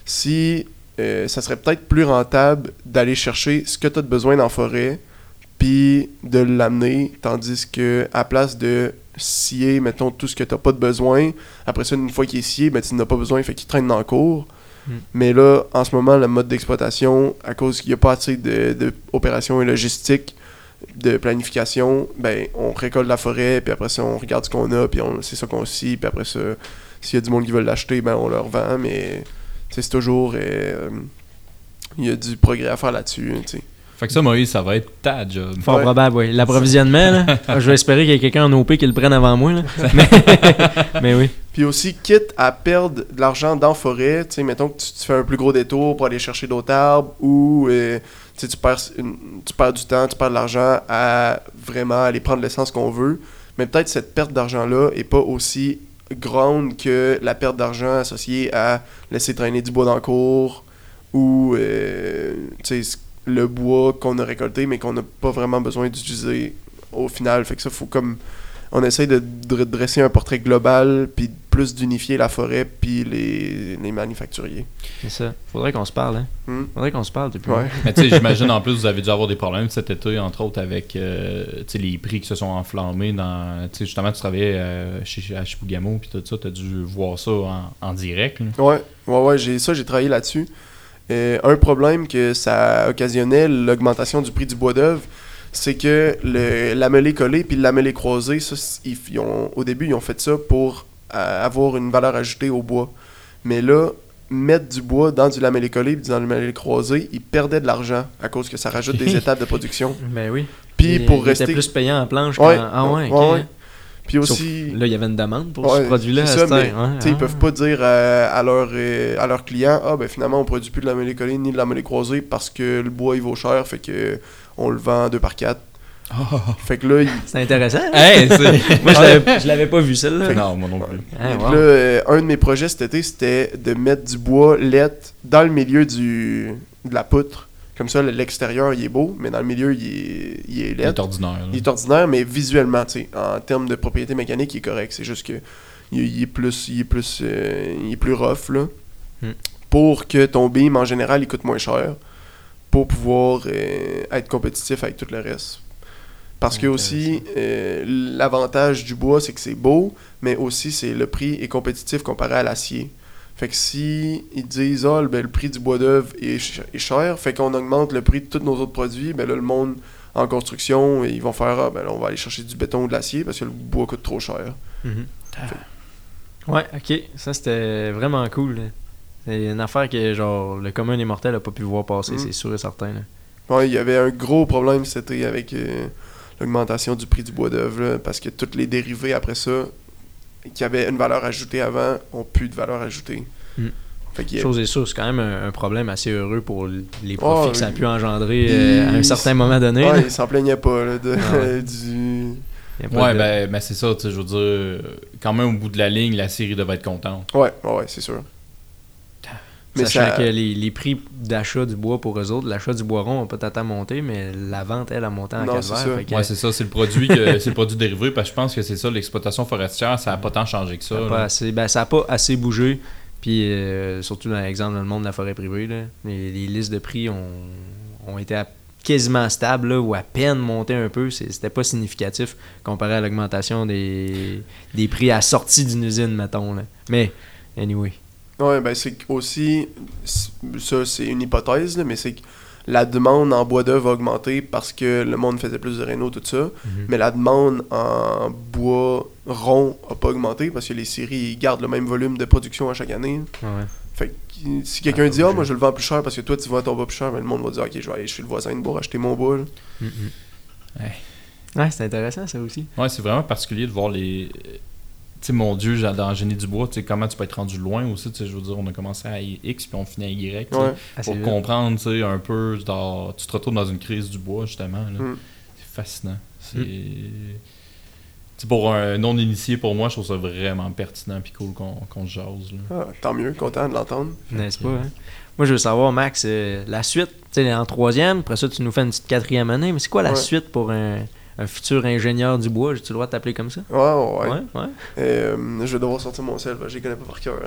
Si euh, ça serait peut-être plus rentable d'aller chercher ce que tu as de besoin dans la forêt, puis de l'amener, tandis que à place de scier, mettons, tout ce que tu n'as pas de besoin, après ça, une fois qu'il est scié, ben, tu n'en as pas besoin, fait qu'il traîne dans le cours. Mm. Mais là, en ce moment, le mode d'exploitation, à cause qu'il n'y a pas assez de, de opérations et logistiques, de planification, ben, on récolte la forêt, puis après ça, on regarde ce qu'on a, puis on, c'est ça qu'on scie, puis après ça, s'il y a du monde qui veut l'acheter, ben, on leur vend, mais tu sais, c'est toujours... euh, il y a du progrès à faire là-dessus, tu sais. Fait que ça, Moïse, ça va être ta job. Fort Ouais. probable, oui. L'approvisionnement, là, je vais espérer qu'il y ait quelqu'un en O P qui le prenne avant moi. Là. Mais, mais oui. Puis aussi, quitte à perdre de l'argent dans la forêt, tu sais, mettons que tu, tu fais un plus gros détour pour aller chercher d'autres arbres ou euh, tu sais, tu perds, une- tu perds du temps, tu perds de l'argent à vraiment aller prendre l'essence qu'on veut, mais peut-être cette perte d'argent-là est pas aussi grande que la perte d'argent associée à laisser traîner du bois dans le cours ou euh, tu sais, le bois qu'on a récolté mais qu'on n'a pas vraiment besoin d'utiliser au final. Fait que ça, faut comme... On essaye de dr- dresser un portrait global, puis plus d'unifier la forêt, puis les, les manufacturiers. C'est ça. Faudrait qu'on se parle, hein. Hmm. Faudrait qu'on se parle depuis. Ouais. Mais tu sais, j'imagine en plus, vous avez dû avoir des problèmes cet été, entre autres, avec euh, tu sais, les prix qui se sont enflammés dans. Tu sais, justement, tu travaillais euh, chez, à Chibougamau, puis tout ça, tu as dû voir ça en, en direct. Là. Ouais, ouais, ouais, j'ai, ça, j'ai travaillé là-dessus. Euh, un problème que ça occasionnait, l'augmentation du prix du bois d'œuvre, c'est que le lamellé collé puis le lamellé croisé, ça, ils, ils ont, au début, ils ont fait ça pour euh, avoir une valeur ajoutée au bois. Mais là, mettre du bois dans du lamellé collé puis dans le lamellé croisé, ils perdaient de l'argent à cause que ça rajoute des étapes de production. Ben oui. Puis Il- pour il rester... était plus payant en planche Ouais, qu'en... Ah ouais, ouais, ok. ouais. Puis Sauf- aussi... là, il y avait une demande pour Ouais, ce produit-là. c'est à ça, cette mais heure. Ouais, t'sais, ils ah. peuvent pas dire à, à, leur, euh, à leurs clients « Ah, ben finalement, on produit plus de lamellé collé ni de lamellé croisé parce que le bois, il vaut cher, fait que on le vend deux par quatre. Fait que là, il... C'est intéressant. Hey, c'est. Moi, je l'avais, je l'avais pas vu, celle-là. Non, moi non plus. Ah, Fait que wow. là, euh, un de mes projets cet été, c'était de mettre du bois lait dans le milieu du, de la poutre. Comme ça, l'extérieur, il est beau, mais dans le milieu, il est, il est Il laid. est ordinaire. là. Il est ordinaire, mais visuellement, tu sais, en termes de propriété mécanique, il est correct. C'est juste que il, il est plus, il est plus, euh, il est plus rough là. Hmm. Pour que ton beam en général, il coûte moins cher, pour pouvoir euh, être compétitif avec tout le reste. Parce que aussi, euh, l'avantage du bois, c'est que c'est beau, mais aussi c'est le prix est compétitif comparé à l'acier. Fait que si ils disent ah, ben, le prix du bois d'œuvre est, ch- est cher, fait qu'on augmente le prix de tous nos autres produits, ben là le monde en construction, ils vont faire ah, ben là on va aller chercher du béton ou de l'acier parce que le bois coûte trop cher. Mhm. Ouais, ok. Ça, c'était vraiment cool. Là. C'est une affaire que, genre, le commun des mortels a pas pu voir passer, Mhm. c'est sûr et certain. Là. Ouais, il y avait un gros problème cet été avec euh, l'augmentation du prix du bois d'œuvre là, parce que tous les dérivés après ça qui avaient une valeur ajoutée avant ont plus de valeur ajoutée. Mm. Fait qu'il y a- Chose est sûre, c'est quand même un, un problème assez heureux pour l- les profits Oh, que ça a il- pu engendrer euh, à un il- certain moment donné. Ouais, là. il s'en plaignait pas là, de, Ah ouais. du... Y a pas Ouais, de- ben, ben c'est ça, tu sais, je veux dire, quand même au bout de la ligne, la série devait être contente. Ouais, ouais, ouais, c'est sûr. Mais Sachant ça... que les, les prix d'achat du bois pour eux autres, l'achat du bois rond a peut-être à monter, mais la vente, elle, a monté en Non, calvaire. c'est ça. fait que- Ouais, c'est ça, c'est le produit que c'est le produit dérivé, parce que je pense que c'est ça, l'exploitation forestière, ça a pas tant changé que ça. Ça n'a là. pas assez, ben, ça a pas assez bougé. Puis, euh, surtout dans l'exemple dans le monde de la forêt privée, là, les, les listes de prix ont, ont été à- quasiment stables là, ou à peine montées un peu. C'est- C'était pas significatif comparé à l'augmentation des, des prix à la sortie d'une usine, mettons. Là. Mais, anyway. Ouais, ben c'est aussi, ça c'est une hypothèse, là, mais c'est que la demande en bois d'œuvre a augmenté parce que le monde faisait plus de réno, tout ça. Mais la demande en bois rond a pas augmenté parce que les scieries ils gardent le même volume de production à chaque année. Ouais. Fait que si quelqu'un Ah, dit « Ah, je- moi je le vends plus cher parce que toi tu vends ton bois plus cher », ben, le monde va dire « Ok, je vais aller chez le voisin de bois acheter mon bois. » Mhm. Ouais. Ouais, c'est intéressant ça aussi. Ouais, c'est vraiment particulier de voir les. Tu sais, mon Dieu, j'ai- dans Génie du bois, tu sais, comment tu peux être rendu loin aussi. Tu sais, je veux dire, on a commencé à X puis on finit à Y. tu sais, Ouais. Assez Pour vite. comprendre, tu sais, un peu. Dans... Tu te retrouves dans une crise du bois, justement. Là. Mm. C'est fascinant. C'est. Mm. Tu sais, pour un non-initié, pour moi, je trouve ça vraiment pertinent puis cool qu'on qu'on se jase. Là. Ah, tant mieux, content de l'entendre. N'est-ce pas, hein? Moi, je veux savoir, Max, euh, la suite, tu sais, en troisième, après ça, tu nous fais une petite quatrième année, mais c'est quoi la Ouais. suite pour un, un futur ingénieur du bois? J'ai-tu le droit de t'appeler comme ça? Ouais, ouais. ouais. Ouais, ouais. Euh, je vais devoir sortir mon sel, je les connais pas par cœur.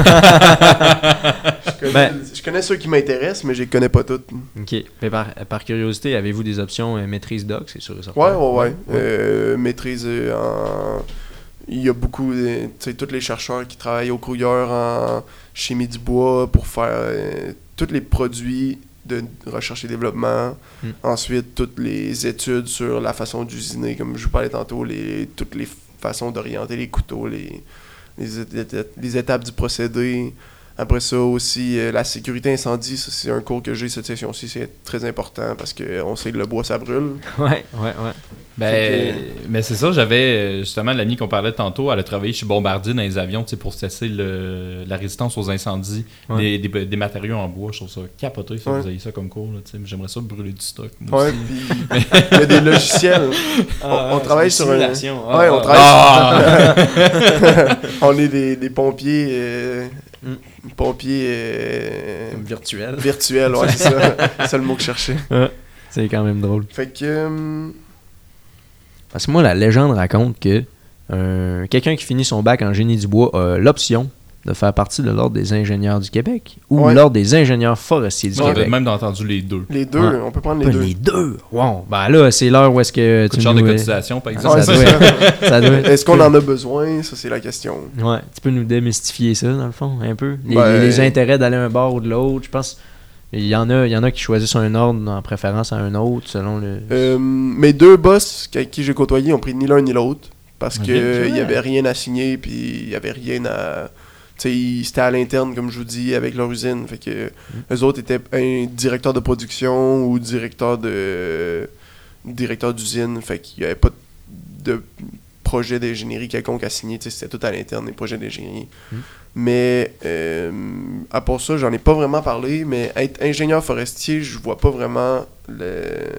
hein. je, connais, Ben- je connais ceux qui m'intéressent, mais je les connais pas toutes. OK. Mais par, par curiosité, avez-vous des options euh, maîtrise doc, c'est sûr et certain? Ouais, ouais, ouais. Euh, maîtrise euh, en. Il y a beaucoup, de- tu sais, tous les chercheurs qui travaillent au Kruger en chimie du bois pour faire euh, tous les produits de recherche et développement. Mm. Ensuite, toutes les études sur la façon d'usiner, comme je vous parlais tantôt, les, toutes les façons d'orienter les couteaux, les, les, éta- les étapes du procédé. Après ça aussi, euh, la sécurité incendie, ça c'est un cours que j'ai cette session aussi, c'est très important parce qu'on sait que le bois ça brûle. Ouais, ouais, ouais. Ben, Fait mais c'est ça, j'avais euh, justement l'amie qu'on parlait tantôt, elle a travaillé chez Bombardier dans les avions, tu sais, pour tester le, la résistance aux incendies, Ouais. des, des, des matériaux en bois. Je trouve ça capoté, ça, Ouais. vous avez ça comme cours, là, tu sais, j'aimerais ça brûler du stock. Moi Ouais, aussi. puis il y a des logiciels. on, on travaille sur un. Ah, Ouais, on ah, travaille Ah! on est des, des pompiers. euh, Mm. Pompiers. euh, Comme virtuel. virtuels, ouais, c'est ça. C'est le mot que je cherchais. C'est quand même drôle. Fait que. euh, Parce que moi, la légende raconte que euh, quelqu'un qui finit son bac en génie du bois a l'option de faire partie de l'Ordre des ingénieurs du Québec ou Ouais. l'Ordre des ingénieurs forestiers du Moi, j'avais Québec. même entendu les deux. les deux, Ouais. on peut prendre les Pas deux. les deux! Wow! Ben là, c'est l'heure où est-ce que Coup tu de genre nous... de cotisation, par Ouais, exemple. ça, c'est doit ça. être- ça doit être- Est-ce qu'on en a besoin? Ça, c'est la question. Ouais, tu peux nous démystifier ça, dans le fond, un peu? Les, Ben- les intérêts d'aller un bord ou de l'autre, je pense... Il y en a, il y en a qui choisissent un ordre en préférence à un autre, selon le... Euh, mes deux boss avec qui j'ai côtoyé ont pris ni l'un ni l'autre parce Ok, que c'est il y vrai. avait rien à signer puis il y avait rien à tu sais ils- c'était à l'interne comme je vous dis avec leur usine fait que eux autres étaient un directeur de production ou directeur de directeur d'usine fait qu'il y avait pas de projet d'ingénierie quelconque à signer, tu sais, c'était tout à l'interne, les projets d'ingénierie. Mm. Mais euh, à part ça, j'en ai pas vraiment parlé, mais être ingénieur forestier, je vois pas vraiment le,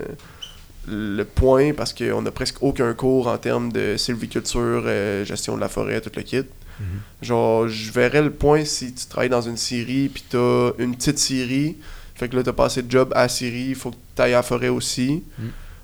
le point parce qu'on a presque aucun cours en termes de sylviculture, euh, gestion de la forêt, tout le kit. Genre, je verrais le point si tu travailles dans une scierie puis t'as une petite scierie, fait que là t'as passé de job à la scierie, il faut que t'ailles à la forêt aussi. Mm.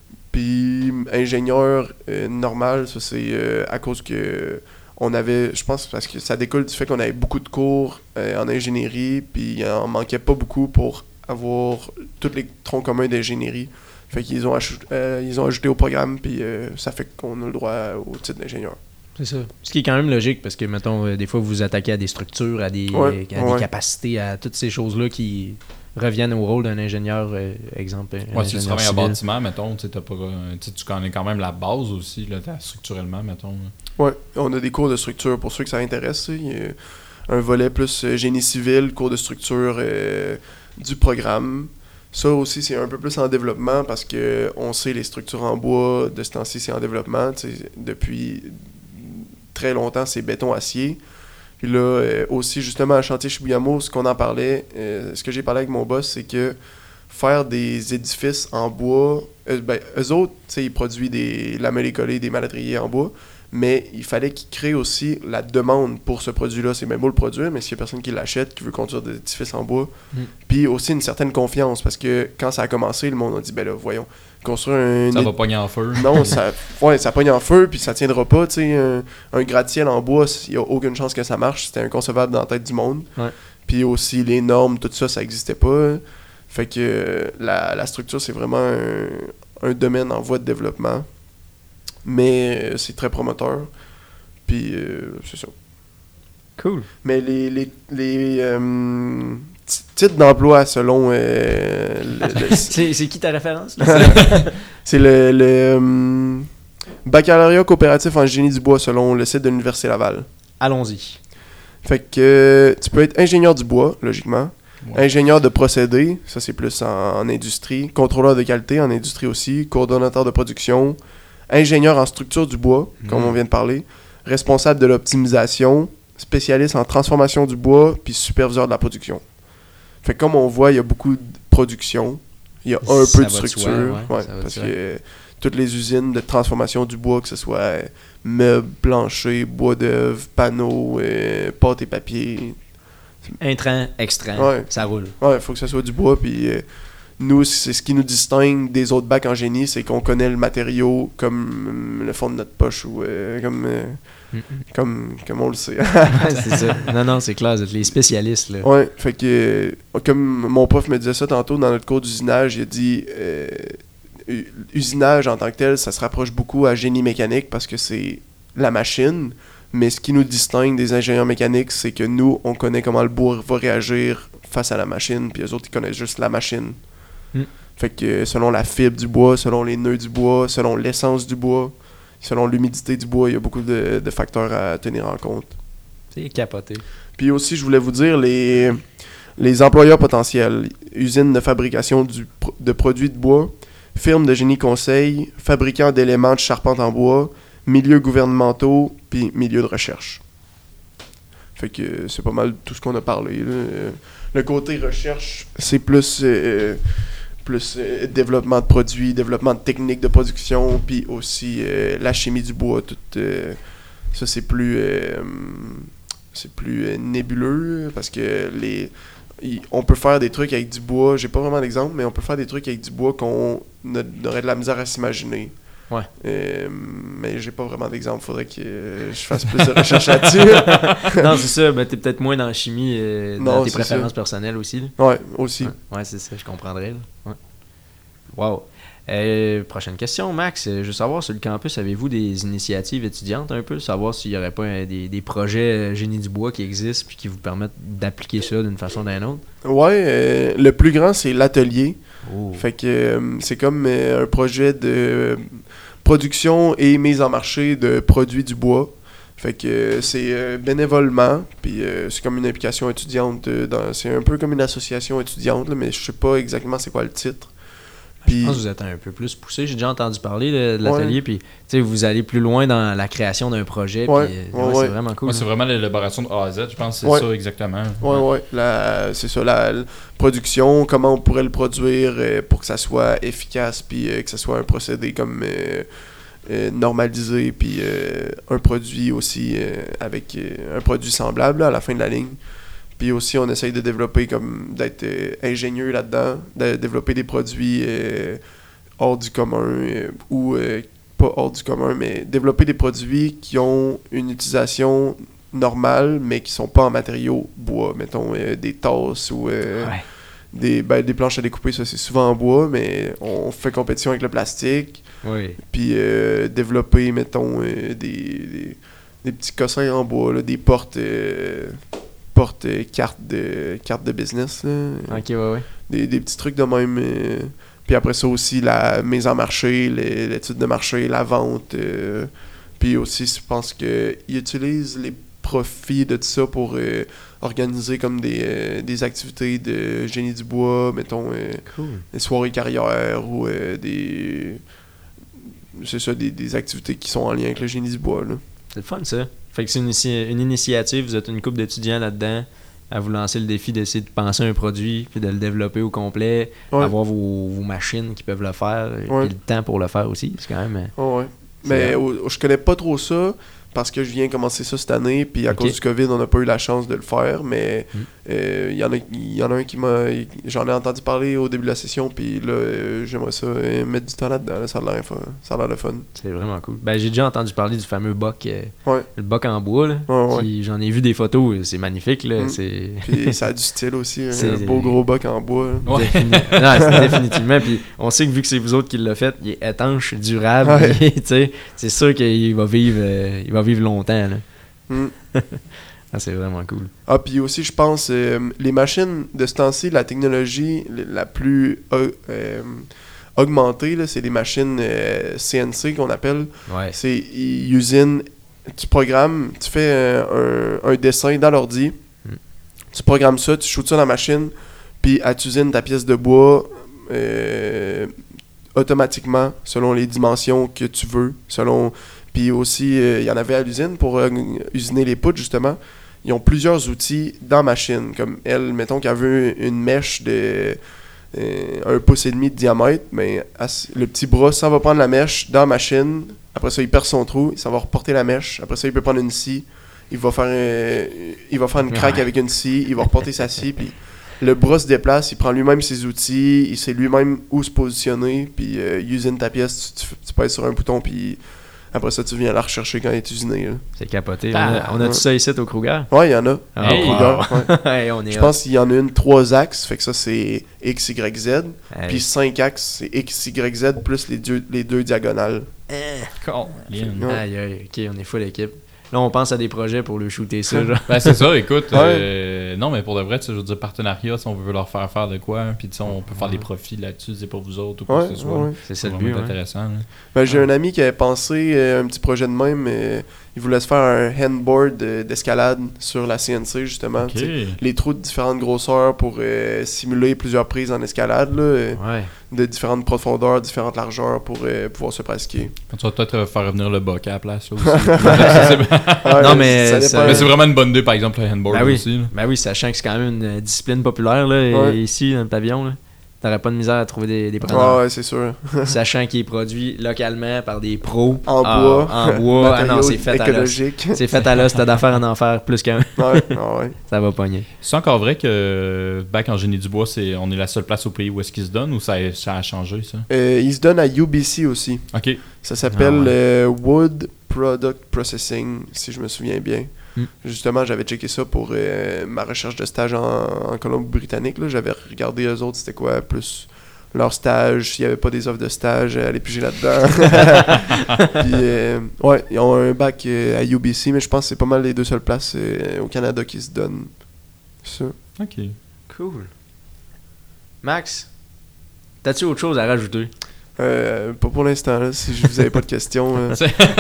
Puis ingénieur euh, normal, ça c'est euh, à cause que on avait, je pense parce que ça découle du fait qu'on avait beaucoup de cours euh, en ingénierie, puis il en manquait pas beaucoup pour avoir tous les troncs communs d'ingénierie. Fait qu'ils ont, achou- euh, ils ont ajouté au programme, puis euh, ça fait qu'on a le droit au titre d'ingénieur. C'est ça. Ce qui est quand même logique parce que, mettons, euh, des fois, vous vous attaquez à des structures, à des, Ouais, à ouais. des capacités, à toutes ces choses-là qui reviennent au rôle d'un ingénieur, euh, exemple. un Ouais, si tu ingénieur travailles en civil. bâtiment, mettons, tu sais, t'as pas, euh, tu sais, tu connais quand même la base aussi, là, t'as- structurellement, mettons. là. Ouais, on a des cours de structure pour ceux que ça intéresse. Il y a un volet plus euh, génie civil, cours de structure euh, du programme. Ça aussi, c'est un peu plus en développement parce que on sait les structures en bois, de ce temps-ci, c'est en développement. Tu sais, depuis très longtemps, c'est béton-acier. Puis là, euh, aussi, justement, à Chantier Chibougamau, ce qu'on en parlait, euh, ce que j'ai parlé avec mon boss, c'est que faire des édifices en bois, euh, ben, eux autres, tu sais, ils produisent des lamelles collées, des maladriers en bois, mais il fallait qu'ils créent aussi la demande pour ce produit-là. C'est bien beau le produire, mais s'il y a personne qui l'achète, qui veut construire des édifices en bois, Mm. puis aussi une certaine confiance, parce que quand ça a commencé, le monde a dit, ben là, voyons, construire un... Ça éd- va pogner en feu. non, ça, ouais, ça pogne en feu, puis ça tiendra pas, tu sais, un, un gratte-ciel en bois, il y a aucune chance que ça marche, c'était inconcevable dans la tête du monde. Ouais. Puis aussi, les normes, tout ça, ça existait pas. Fait que euh, la, la structure, c'est vraiment un, un domaine en voie de développement. Mais euh, c'est très promoteur. Puis euh, c'est ça. Cool. Mais les, les, les euh, ti- titres d'emploi selon... euh, le- le- C'est c'est qui ta référence? là? c'est le, le euh, baccalauréat coopératif en génie du bois selon le site de l'Université Laval. Allons-y. Fait que euh, tu peux être ingénieur du bois, logiquement. Ouais. Ingénieur de procédés, ça c'est plus en, en industrie. Contrôleur de qualité en industrie aussi. Coordonnateur de production. Ingénieur en structure du bois, comme Mm. on vient de parler. Responsable de l'optimisation. Spécialiste en transformation du bois. Puis superviseur de la production. Fait que comme on voit, il y a beaucoup de production. Il y a un Ça peu de va de structure. soi, ouais, ouais, ça va de parce soi. que euh, toutes les usines de transformation du bois, que ce soit euh, meubles, planchers, bois d'œuvre, panneaux, euh, pâte et papier. Intrant, extrant, Ouais. ça roule. Ouais, il faut que ce soit du bois. Puis euh, nous, c'est ce qui nous distingue des autres bacs en génie, c'est qu'on connaît le matériau comme euh, le fond de notre poche ou euh, comme, euh, Mm-mm. comme, comme on le sait. Ouais, c'est ça. Non, non, c'est clair, vous êtes les spécialistes, là. Ouais, fait que euh, comme mon prof me disait ça tantôt dans notre cours d'usinage, il a dit euh, u- usinage en tant que tel, ça se rapproche beaucoup à génie mécanique parce que c'est la machine, mais ce qui nous distingue des ingénieurs mécaniques, c'est que nous, on connaît comment le bois va réagir face à la machine, puis les autres, ils connaissent juste la machine. Mm. Fait que euh, selon la fibre du bois, selon les nœuds du bois, selon l'essence du bois, selon l'humidité du bois, il y a beaucoup de, de facteurs à tenir en compte. C'est capoté. Puis aussi, je voulais vous dire, les, les employeurs potentiels, usines de fabrication du, pro- de produits de bois, firmes de génie conseil, fabricants d'éléments de charpente en bois, milieux gouvernementaux, puis milieux de recherche. Fait que euh, c'est pas mal tout ce qu'on a parlé. Là. Euh, Le côté recherche, c'est plus, euh, plus euh, développement de produits, développement de techniques de production, puis aussi euh, la chimie du bois. Tout, euh, ça, c'est plus... euh, c'est plus euh, nébuleux parce que les y- on peut faire des trucs avec du bois, j'ai pas vraiment d'exemple, mais on peut faire des trucs avec du bois qu'on a- aurait de la misère à s'imaginer. Ouais. Euh, mais j'ai pas vraiment d'exemple, faudrait que euh, je fasse plus de recherche là-dessus. Non, c'est ça, ben, t'es peut-être moins dans la chimie, euh, dans Non, tes c'est préférences ça. personnelles aussi. Là. Ouais, aussi. Ouais, ouais, c'est ça, je comprendrais. Là. Ouais. Wow. Euh, prochaine question, Max. Euh, Je veux savoir, sur le campus, avez-vous des initiatives étudiantes un peu? Savoir s'il n'y aurait pas euh, des, des projets euh, génie du bois qui existent puis qui vous permettent d'appliquer ça d'une façon ou d'une autre? Ouais, euh, le plus grand, c'est l'atelier. Oh. Fait que euh, c'est comme euh, un projet de euh, production et mise en marché de produits du bois. Fait que euh, c'est euh, bénévolement, puis euh, c'est comme une implication étudiante. euh, dans, c'est un peu comme une association étudiante, là, mais je sais pas exactement c'est quoi le titre. Je Puis, pense que vous êtes un peu plus poussé. J'ai déjà entendu parler de, de l'atelier, Ouais. puis tu sais, vous allez plus loin dans la création d'un projet. Ouais, puis, euh, ouais, ouais, ouais. c'est vraiment cool. Ouais, c'est hein. vraiment l'élaboration de A à Z, je pense que c'est Ouais. ça exactement. ouais, ouais, la, c'est ça, la, la production, comment on pourrait le produire euh, pour que ça soit efficace, puis euh, que ça soit un procédé comme euh, euh, normalisé, puis euh, un produit aussi euh, avec euh, un produit semblable là, à la fin de la ligne. Puis aussi, on essaye de développer, comme d'être euh, ingénieux là-dedans, de développer des produits euh, hors du commun, euh, ou euh, pas hors du commun, mais développer des produits qui ont une utilisation normale, mais qui sont pas en matériaux bois. Mettons euh, des tasses ou euh, Ouais. des, ben, des planches à découper, ça c'est souvent en bois, mais on fait compétition avec le plastique. Oui. Puis euh, développer, mettons, euh, des, des, des petits cossins en bois, là, des portes, euh, portes euh, cartes de cartes de business, là. Ok, ouais, ouais. Des, des petits trucs de même. euh. Puis après ça aussi, la mise en marché, les- l'étude de marché, la vente. euh. Puis aussi, je pense qu'ils utilisent les profits de tout ça pour euh, organiser comme des, euh, des activités de génie du bois, mettons, euh, Cool. des soirées carrières ou euh, des... C'est ça, des, des activités qui sont en lien avec le génie du bois, là. C'est le fun, ça. Fait que c'est une, initia- une initiative, vous êtes une couple d'étudiants là-dedans, à vous lancer le défi d'essayer de penser un produit, puis de le développer au complet, Ouais. avoir vos, vos machines qui peuvent le faire, et Ouais. puis le temps pour le faire aussi. C'est quand même... euh, Ah ouais. C'est Mais vrai. au- je connais pas trop ça parce que je viens commencer ça cette année, puis à Ok. cause du COVID, on n'a pas eu la chance de le faire, mais Mm. euh, il y en a il y en a un qui m'a j'en ai entendu parler au début de la session, puis là euh, j'aimerais ça euh, mettre du temps là-dedans, là, ça a l'air fun, ça a l'air de fun. C'est vraiment cool. Ben, j'ai déjà entendu parler du fameux boc, euh, Ouais. le boc en bois. Là, Ouais, ouais. qui- J'en ai vu des photos, c'est magnifique. Là, Mm. c'est... Puis ça a du style aussi, un C'est- beau gros boc en bois. là. Ouais. Défini- non, c'est définitivement. Puis on sait que vu que c'est vous autres qui l'avez fait, il est étanche, durable. Ouais. il est- tu sais, c'est sûr qu'il va vivre, euh, il va vivre longtemps. Là. Mm. Ah, c'est vraiment cool. Ah, puis aussi, je pense, euh, les machines de ce temps-ci, la technologie la plus euh, euh, augmentée, là, c'est les machines euh, C N C qu'on appelle. Ouais. C'est ils usinent tu programmes, tu fais euh, un, un dessin dans l'ordi, Mm. tu programmes ça, tu shoots ça dans la machine, puis elle t'usine ta pièce de bois euh, automatiquement, selon les dimensions que tu veux, selon... Puis aussi, euh, il y en avait à l'usine pour euh, usiner les poutres, justement. Ils ont plusieurs outils dans la machine. Comme elle, mettons qu'elle veut une mèche de euh, un pouce et demi de diamètre, mais le petit bras, ça va prendre la mèche dans la machine. Après ça, il perd son trou, ça va reporter la mèche. Après ça, il peut prendre une scie. Il va faire, euh, il va faire une craque avec une scie. Il va reporter sa scie. Puis le bras se déplace, il prend lui-même ses outils. Il sait lui-même où se positionner. Puis euh, il usine ta pièce. Tu, tu, tu pèses sur un bouton. Puis après ça, tu viens la rechercher quand elle est usinée. Là. C'est capoté. Ah, on a, on a ouais. tout ça ici au Kruger? Ouais, il y en a. Ah, Hey! wow. Kruger, ouais. Hey, on est Je hot. pense qu'il y en a une trois axes, fait que ça c'est X, Y, Z. Hey. Puis cinq axes, c'est X, Y, Z plus les deux, les deux diagonales. Colin. Ouais. Aïe, aïe, ok, on est full équipe. Là, on pense à des projets pour le shooter ça, genre. Ben, c'est ça, écoute. Ouais. euh, non, mais pour de vrai, tu sais, je veux dire, partenariat, si on veut leur faire faire de quoi, puis tu sais, on peut faire des profits là-dessus, c'est pour vous autres ou quoi Ouais, que ce soit. ouais. C'est ça le vraiment but, ouais. intéressant. là. Ben, j'ai Ouais. un ami qui avait pensé euh, un petit projet de même, mais il voulait se faire un handboard euh, d'escalade sur la C N C, justement. Ok. tu sais. Les trous de différentes grosseurs pour euh, simuler plusieurs prises en escalade, là, euh, Ouais. de différentes profondeurs, différentes largeurs pour euh, pouvoir se pratiquer. Tu vas peut-être euh, faire revenir le bokeh à la place, là, aussi. C'est- Ouais, Non, mais ça ça- dépend. mais c'est vraiment une bonne idée, par exemple, le handboard Ben oui. aussi. là. Ben oui, sachant que c'est quand même une euh, discipline populaire, là, Ouais. ici, dans le pavillon, là. T'aurais pas de misère à trouver des, des Ouais, preneurs. ouais, c'est sûr. Sachant qu'il est produit localement par des pros. En Ah, bois. En bois. Ah non, matériaux c'est fait à l'os. écologiques. C'est fait à l'os, t'as d'affaires en enfer plus qu'un. Ouais, ah ouais. Ça va pogner. C'est encore vrai que bac en génie du bois, c'est on est la seule place au pays où est-ce qu'ils se donnent ou ça, ça a changé, ça? Euh, il se donne à U B C aussi. Ok. Ça s'appelle Ah ouais. euh, Wood Product Processing, si je me souviens bien. Mm. Justement, j'avais checké ça pour euh, ma recherche de stage en, en Colombie-Britannique. là. J'avais regardé eux autres, c'était quoi, plus leur stage, s'il n'y avait pas des offres de stage, aller piger là-dedans. Puis, euh, ouais, ils ont un bac euh, à U B C, mais je pense que c'est pas mal les deux seules places euh, au Canada qui se donnent ça. Ok. Cool. Max, t'as-tu autre chose à rajouter? Euh, pas pour l'instant, là, si je vous avais pas de questions. là.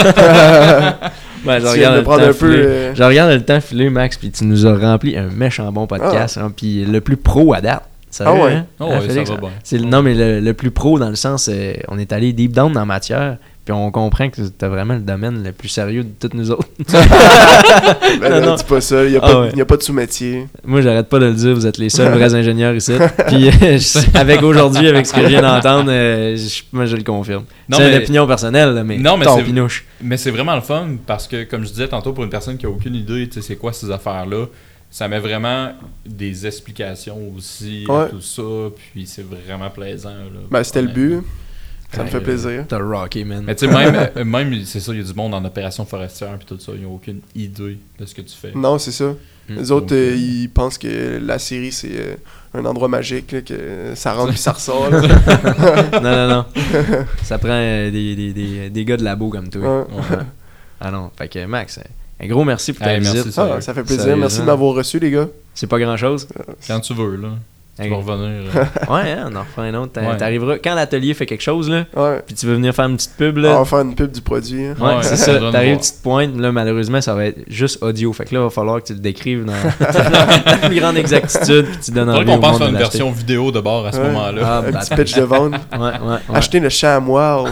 Ben, je Tu viens regarde de le prendre temps un peu. filer. euh, Je regarde le temps filer, Max, puis tu nous as rempli un méchant bon podcast. hein, puis le plus pro à date. Ça Ah va, ouais? hein? Oh, Hein, ouais, ça Félix? va bien. C'est le- non, mais le, le plus pro dans le sens, euh, on est allé deep down dans la matière, puis on comprend que t'as vraiment le domaine le plus sérieux de toutes nous autres. Ben, Non, là, non. dis pas ça, il n'y a, Ah pas- ouais. y a pas de sous-métier. Moi, j'arrête pas de le dire, vous êtes les seuls vrais ingénieurs ici. Puis euh, je- avec aujourd'hui, avec ce que je viens d'entendre, euh, je- moi je le confirme. Non, C'est mais- une opinion personnelle, là, mais, Non, mais ton c'est- pinouche. Mais c'est vraiment le fun parce que, comme je disais tantôt, pour une personne qui a aucune idée, tu sais, c'est quoi ces affaires-là, ça met vraiment des explications aussi à Ouais. tout ça, puis c'est vraiment plaisant. Là, Ben, c'était le honnêtement. but. Ça me Ouais, fait euh, plaisir. T'as rocké, man. Mais tu sais, même, euh, même c'est ça, il y a du monde en opération forestière puis tout ça, ils n'ont aucune idée de ce que tu fais. Non, c'est ça. Mm. Les autres, Donc, euh, euh, ils pensent que la série, c'est euh, un endroit magique, là, que ça rentre puis ça ressort. là. non, non, non. Ça prend euh, des, des, des, des gars de labo comme toi. Ouais. Ouais. Ah non, fait que Max, un gros merci pour ta Hey, merci, visite. ça. Ah, ça fait plaisir. Sérieusement. Merci de m'avoir reçu, les gars. C'est pas grand-chose. Quand tu veux, là. Tu Hey. vas revenir. euh, Ouais, hein, on en refait un autre. T'a- Ouais. T'arriveras quand l'atelier fait quelque chose, là, Ouais. puis tu veux venir faire une petite pub, On là. va faire une pub du produit. hein. Ouais, Ouais, c'est ça ça. donne T'arrives, voir. tu te pointes, là, malheureusement, ça va être juste audio. Fait que là, il va falloir que tu le décrives dans, dans la plus grande exactiguïté, puis tu dondes Faudrait envie qu'on au pense monde faire de une l'acheter. version vidéo de bord à ce Ouais. moment-là. Ah, Un bah, petit pitch de vente. Ouais, ouais, ouais. Achetez le chamois.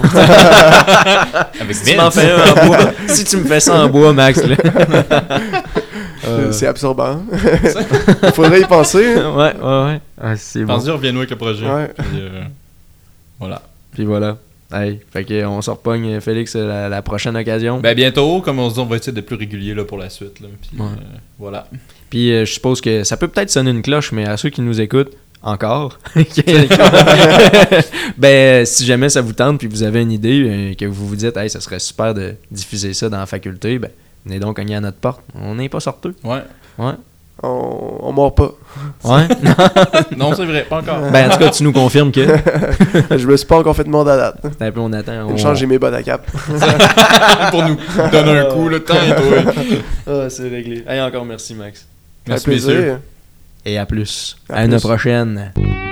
Avec Si tu m'en fais un en bois, si tu me fais ça en bois, Max, là. Euh, C'est absorbant. Il faudrait y penser. hein. Ouais, ouais, ouais. Ah, c'est bon. Pense-y, reviens-nous avec le projet. Ouais. Puis, euh, voilà. Puis voilà. Hey, fait que on se repogne, Félix, la, la prochaine occasion. Ben bientôt, comme on se dit, on va essayer d'être plus régulier là, pour la suite. Là. Puis, Ouais. euh, voilà. Puis euh, je suppose que ça peut peut-être sonner une cloche, mais à ceux qui nous écoutent, encore, ben si jamais ça vous tente puis vous avez une idée, euh, que vous vous dites, hey, ça serait super de diffuser ça dans la faculté, ben venez donc cogner à notre porte. On n'est pas sorteux. Ouais. Ouais. On, on mord pas. Ouais. Non, c'est vrai, pas encore. Ben en tout cas, tu nous confirmes que. Je me suis pas encore fait de monde à date. C'est un peu on attend. On... Une chance, j'ai mes bottes à cap. Pour nous donner un coup, le temps est toi. Ah, c'est réglé. Hey, encore merci, Max. Merci, Un plaisir. messieurs. Et à plus. À À une plus. prochaine.